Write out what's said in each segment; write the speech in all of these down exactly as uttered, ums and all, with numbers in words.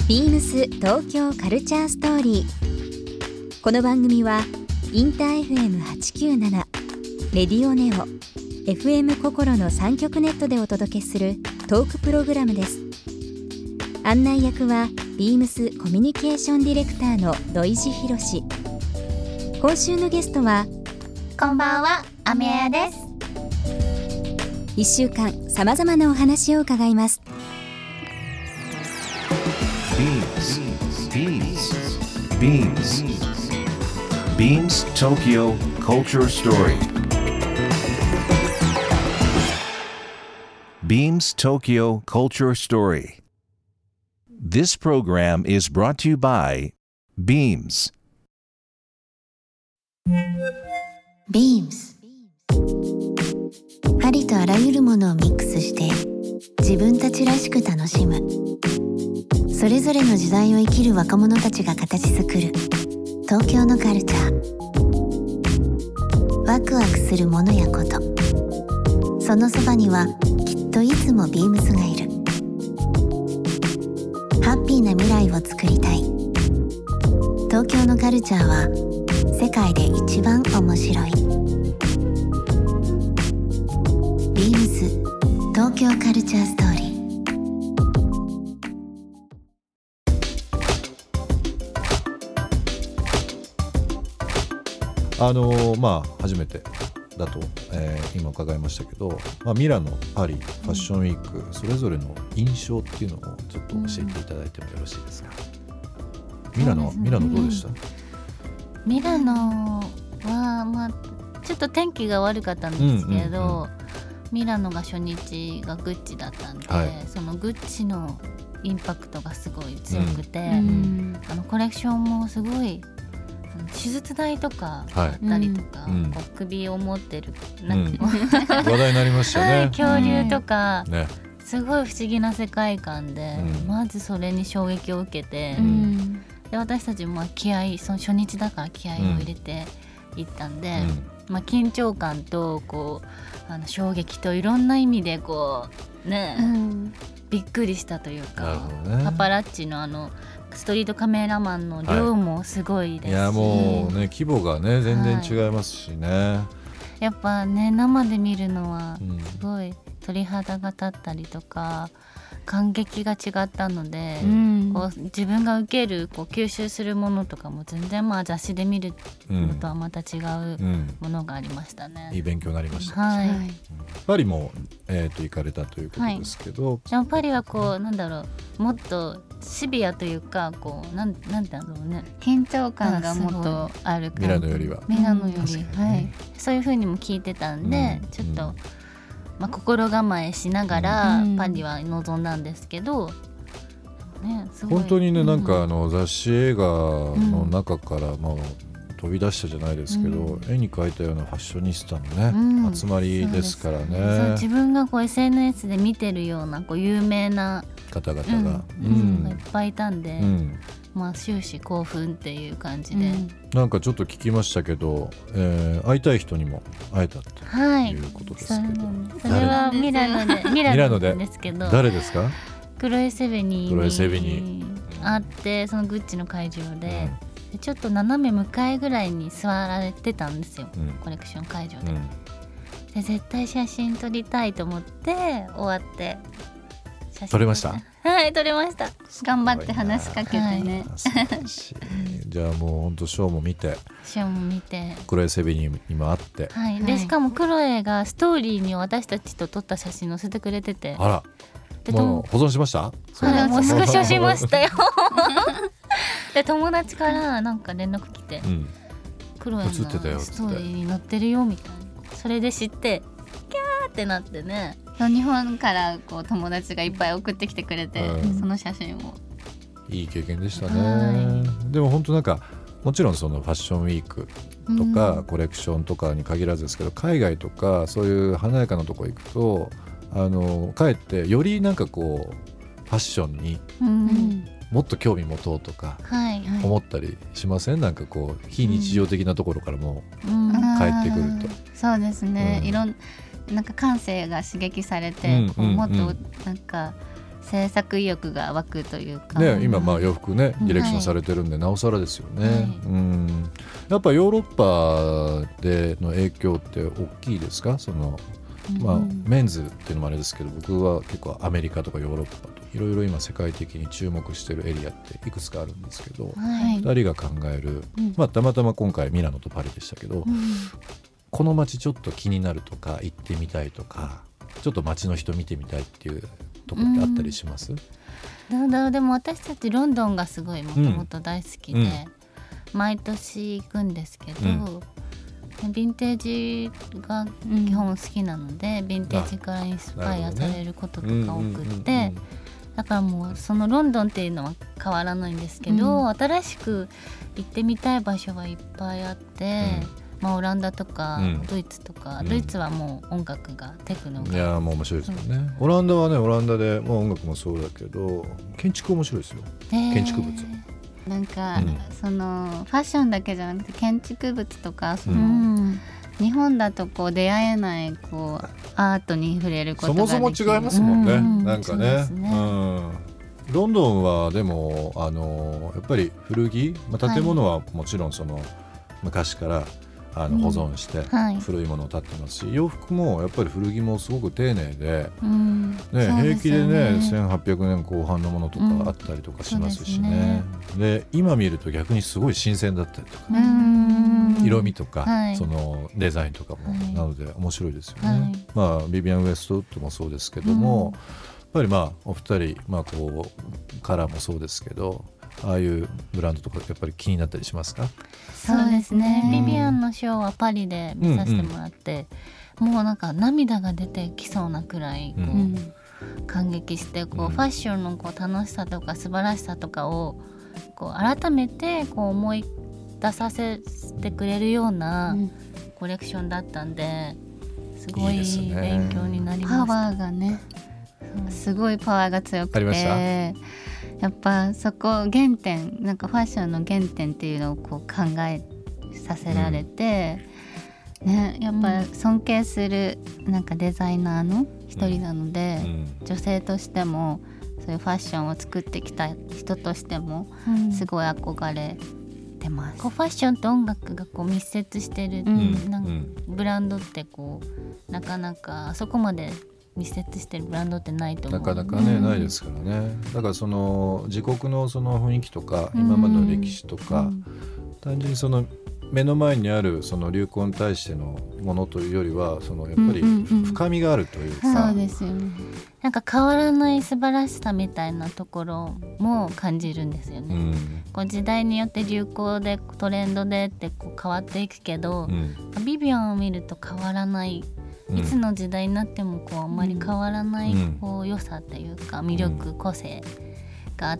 ビームス東京カルチャーストーリー。この番組はインター エフエムはちきゅうなな、レディオネオ、エフエム 心のさん局ネットでお届けするトークプログラムです。案内役はビームスコミュニケーションディレクターの土井博志。今週のゲストは、 こんばんは、アメヤです。 いっしゅうかんさまざまなお話を伺います。 ビームス ビームス ビームス Tokyo Culture Story. Beams Tokyo Culture Story. This program is brought to you by Beams. ビームス、ありとあらゆるものをミックスして自分たちらしく楽しむ。それぞれの時代を生きる若者たちが形作る東京のカルチャー。ワクワクするものやこと、そのそばにはきっといつもビームスがいる。ハッピーな未来を作りたい。東京のカルチャーは世界で一番面白い。ビームス東京カルチャーストーリー。 あのー、まあ初めてだと、えー、今伺いましたけど、まあ、ミラノ、パリ、ファッションウィーク、それぞれの印象っていうのをちょっと教えていただいてもよろしいですか。ミラノ、ミラノどうでした？ ミラノは、まあ、ちょっと天気が悪かったんですけど、うんうんうん、ミラノが初日がグッチだったんで、はい、そのグッチのインパクトがすごい強くて、うん、あのコレクションもすごい手術台とかあったりとか、はい、こう首を持ってる、うん、なんか、うん、 話題になりましたね、はい、 恐竜とか、 うんね、 すごい不思議な世界観で、うん、まずそれに衝撃を受けて、うん、で私たちも気合い、その初日だから気合いを入れていったんで、うん、まあ、緊張感とこうあの衝撃といろんな意味でこうね、うん、びっくりしたというか、ね、パパラッチのあのストリートカメラマンの量もすごいですし、はい、いやもうね規模がね全然違いますしね、はい、 やっぱね生で見るのはすごい鳥肌が立ったりとか、感激が違ったので、うん、こう自分が受けるこう吸収するものとかも全然まあ雑誌で見るのとはまた違うものがありましたね、 うんうん、いい勉強になりました、 はい、 パリも、えー、と行かれたということですけど、はい、 でもパリはこうなんだろう、もっとシビアというかこう なん, なんだろうね、緊張感がもっとある感じ、 ミラノよりはミラノより、ね、はい、そういう風にも聞いてたんで、うん、ちょっと、うん、まあ、心構えしながらパリは臨んだんですけど、うんね、すごい本当にね、なんかあの雑誌映画の中から、まあ、飛び出したじゃないですけど、うん、絵に描いたようなファッショニスタのね、うん、集まりですからね。 そう、自分がこう エスエヌエス で見てるようなこう有名な方々が、 うんうん、いっぱいいたんで、うん、まあ、終始興奮っていう感じで、うん、 なんかちょっと聞きましたけど、えー、会いたい人にも会えたということですけど、はい、 それはミラノでミラノですけど、 誰ですか？ クロエ・セベニクロエセベニ会って、そのグッチの会場で、うん、でちょっと斜め向かいぐらいに座られてたんですよ、うん、コレクション会場で、うん、で絶対写真撮りたいと思って終わって写真撮れました？ はい、撮れました。頑張って話しかけてね、 はい、じゃあもう本当ショーも見てショーも見てクロエ・セベニにも会って、 はい、でしかもクロエがストーリーに私たちと撮った写真載せてくれてて、 あら、もう保存しました？ はい、もうスクショしましたよで友達からなんか連絡来て、うん、クロエのストーリーに載ってるよみたいな、それで知ってキャーってなってね、日本からこう友達がいっぱい送ってきてくれて、うん、その写真をいい経験でしたね。でも本当なんかもちろんそのファッションウィークとか、うん、コレクションとかに限らずですけど、海外とかそういう華やかなとこ行くと、あのかえってよりなんかこうファッションにもっと興味持とうとか思ったりしません？なんかこう非日常的なところからも帰ってくると、うん、 そうですね、うん、いろんなんか感性が刺激されて、うん、こうもっとなんか制作意欲が湧くというか、 ね、今まあ洋服ねディレクションされてるんで、はい、なおさらですよね、はい、うん、やっぱヨーロッパでの影響って大きいですか？その、まあ、メンズっていうのもあれですけど、僕は結構アメリカとかヨーロッパといろいろ今世界的に注目してるエリアっていくつかあるんですけど、はい、ふたりが考える、まあ、たまたま今回ミラノとパリでしたけど、うん、この街ちょっと気になるとか行ってみたいとかちょっと街の人見てみたいっていうとこってあったりします？ うん、だでも私たちロンドンがすごいもともと大好きで、うん、毎年行くんですけど、うん、ヴィンテージが基本好きなので、うん、ヴィンテージからインスパイアされることとか多くってだからもうそのロンドンっていうのは変わらないんですけど、うん、新しく行ってみたい場所はいっぱいあって、うん、まあ、オランダとか、うん、ドイツとか、うん、ドイツはもう音楽がテクノが、 いやもう面白いですもんね、うん、オランダはねオランダで、まあ、音楽もそうだけど建築面白いですよ、建築物なんか、うん、そのファッションだけじゃなくて建築物とかその、うん、日本だとこう出会えないこうアートに触れることができる。 そもそも違いますもんね、うん、なんか ね, ね、うん、ロンドンはでもあのやっぱり古着、まあ、建物はもちろんその、はい、昔からあの保存して古いものを建ってますし、うんはい、洋服もやっぱり古着もすごく丁寧で、うんね、平気でねせんはっぴゃくねんこう半のものとかあったりとかしますしね、うん、で, ねで今見ると逆にすごい新鮮だったりとか、うん、色味とか、はい、そのデザインとかも、はい、なので面白いですよね、はい、まあビビアン・ウエストウッドもそうですけども、うん、やっぱりまあお二人、まあ、こうカラーもそうですけどああいうブランドとかやっぱり気になったりしますか？ そうですね、うん、ビビアンのショーはパリで見させてもらって、うんうん、もうなんか涙が出てきそうなくらいこう、うん、感激してこう、うん、ファッションのこう楽しさとか素晴らしさとかをこう改めてこう思い出させてくれるようなコレクションだったんで、すごい勉強になりました。 パワーがね、すごいパワーが強くて、 ありました？ やっぱそこ原点、なんかファッションの原点っていうのをこう考えさせられて、うんね、やっぱ尊敬するなんかデザイナーの一人なので、うん、女性としてもそういうファッションを作ってきた人としてもすごい憧れてます、うん、 こうファッションと音楽がこう密接してる、うん、なんかブランドってこうなかなかあそこまで密接してるブランドってないと思う。 なかなかね、うん、ないですからね。だからその自国のその雰囲気とか、うん、今までの歴史とか、うん、単純にその目の前にあるその流行に対してのものというよりはそのやっぱり深みがあるというか、 うんうんうん、そうですよね。 なんか変わらない素晴らしさみたいなところも感じるんですよね、うん、こう時代によって流行でトレンドでってこう変わっていくけど、うん、ビビアンを見ると変わらないいつの時代になってもこうあんまり変わらないこう良さっていうか魅力、うん、個性があって、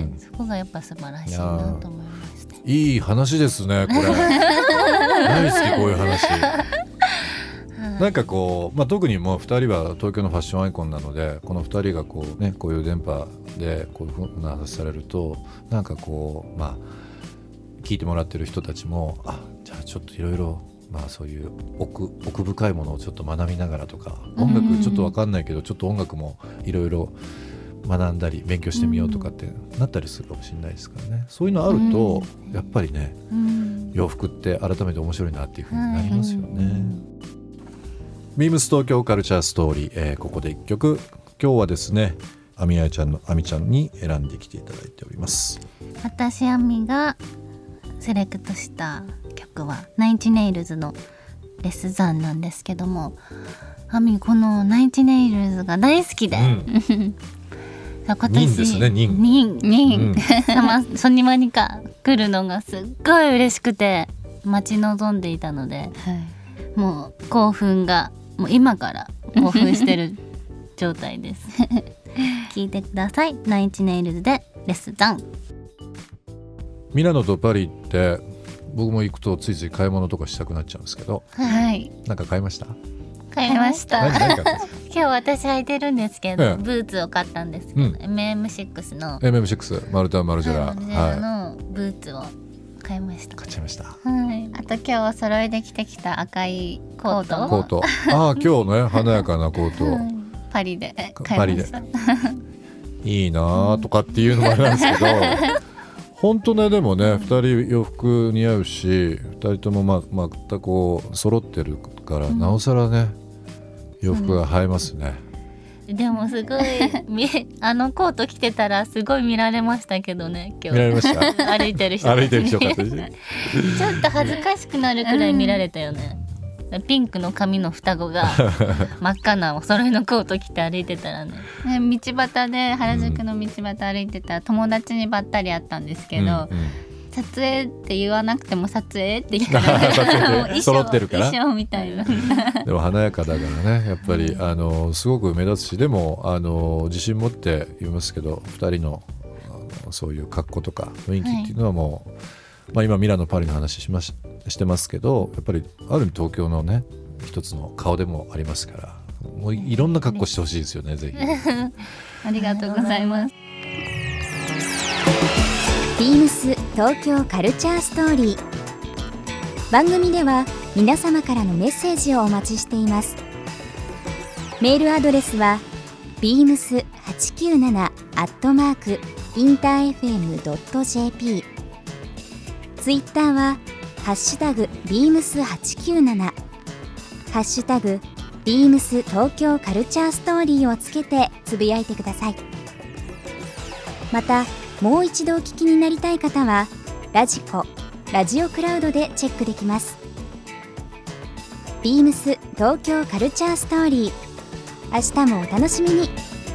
うん、そこがやっぱ素晴らしいなと思いました。 いい話ですねこれ大好きこういう話なんかこう、まあ、特にもうふたりは東京のファッションアイコンなのでこのふたりがこう、ね、こういう電波でこういうふうな話されるとなんかこう、まあ、聞いてもらってる人たちもあじゃあちょっといろいろまあ、そういう 奥, 奥深いものをちょっと学びながらとか音楽ちょっと分かんないけどちょっと音楽もいろいろ学んだり勉強してみようとかってなったりするかもしれないですからね。そういうのあるとやっぱりね洋服って改めて面白いなっていうふうになりますよね。ビームス東京カルチャーストーリー、えー、ここで一曲今日はですねあみあいちゃんのあみちゃんに選んできていただいております。 私あみがセレクトした曲はナインチネイルズのレスザンなんですけども、あみこのナインチネイルズが大好きで、うん、今年ニンですねニンニンニン、うん、ソニマにか来るのがすっごい嬉しくて待ち望んでいたので、はい、もう興奮がもう今から興奮してる状態です聞いてください。ナインチネイルズでレスザン。 ミラノとパリって僕も行くとついつい買い物とかしたくなっちゃうんですけど、 はい、 なんか買いました？ 買いました。 何何買った今日私履いてるんですけど、ええ、ブーツを買ったんですけど、うん、エムエムシックス のエムエムシックス マルタンマルジェラ、 マルジェラのブーツを買いました。 買っちゃいました、 はい、あと今日お揃いで着てきた赤いコートコートああ今日ね華やかなコート、 はい、パリで買いました。 いいなとかっていうのもあれなんですけど本当ねでもねふたり洋服似合うしふたりともままたこう揃ってるから、うん、なおさらね洋服が映えますね、 うん、でもすごいあのコート着てたらすごい見られましたけどね今日見られました歩いてる人たちに歩いてる人たちにちょっと恥ずかしくなるくらい見られたよね、うん、ピンクの髪の双子が真っ赤なお揃いのコート着て歩いてたら ね, ね道端で原宿の道端歩いてたら友達にばったり会ったんですけど、うんうん、撮影って言わなくても撮影って言ったら揃ってるから衣装みたいなでも華やかだからねやっぱり、うん、あのすごく目立つしでもあの自信持って言いますけどふたり の, あのそういう格好とか雰囲気っていうのはもう、はいまあ、今ミラノパリの話 し, まししてますけどやっぱりある意味東京のね一つの顔でもありますからもういろんな格好してほしいですよねぜひありがとうございますビームス東京カルチャーストーリー番組では皆様からのメッセージをお待ちしています。メールアドレスは ビームスはちきゅうなな アットマーク インターエフエム ドット ジェーピー ツイッターはハッシュタグ ビームスはちきゅうなな ハッシュタグ ビームス 東京カルチャーストーリーをつけてつぶやいてください。またもう一度お聞きになりたい方はラジコ、ラジオクラウドでチェックできます。ビームス東京カルチャーストーリー、明日もお楽しみに。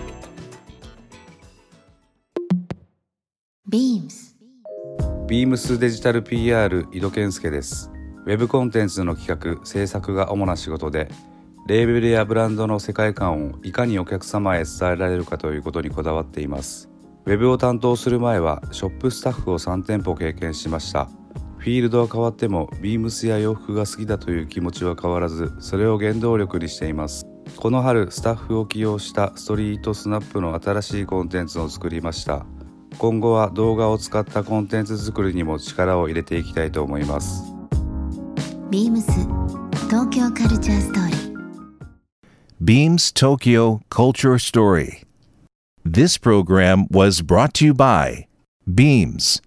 ビームスビームスデジタル ピーアール 井戸健介です。ウェブコンテンツの企画・制作が主な仕事で、レーベルやブランドの世界観をいかにお客様へ伝えられるかということにこだわっています。ウェブを担当する前はショップスタッフをさん店舗経験しました。フィールドは変わってもビームスや洋服が好きだという気持ちは変わらず、それを原動力にしています。この春スタッフを起用したストリートスナップの新しいコンテンツを作りました。今後は動画を使ったコンテンツ作りにも力を入れていきたいと思います。 ビームス東京カルチャーストーリー Beams Tokyo Culture Story. This program was brought to you by Beams.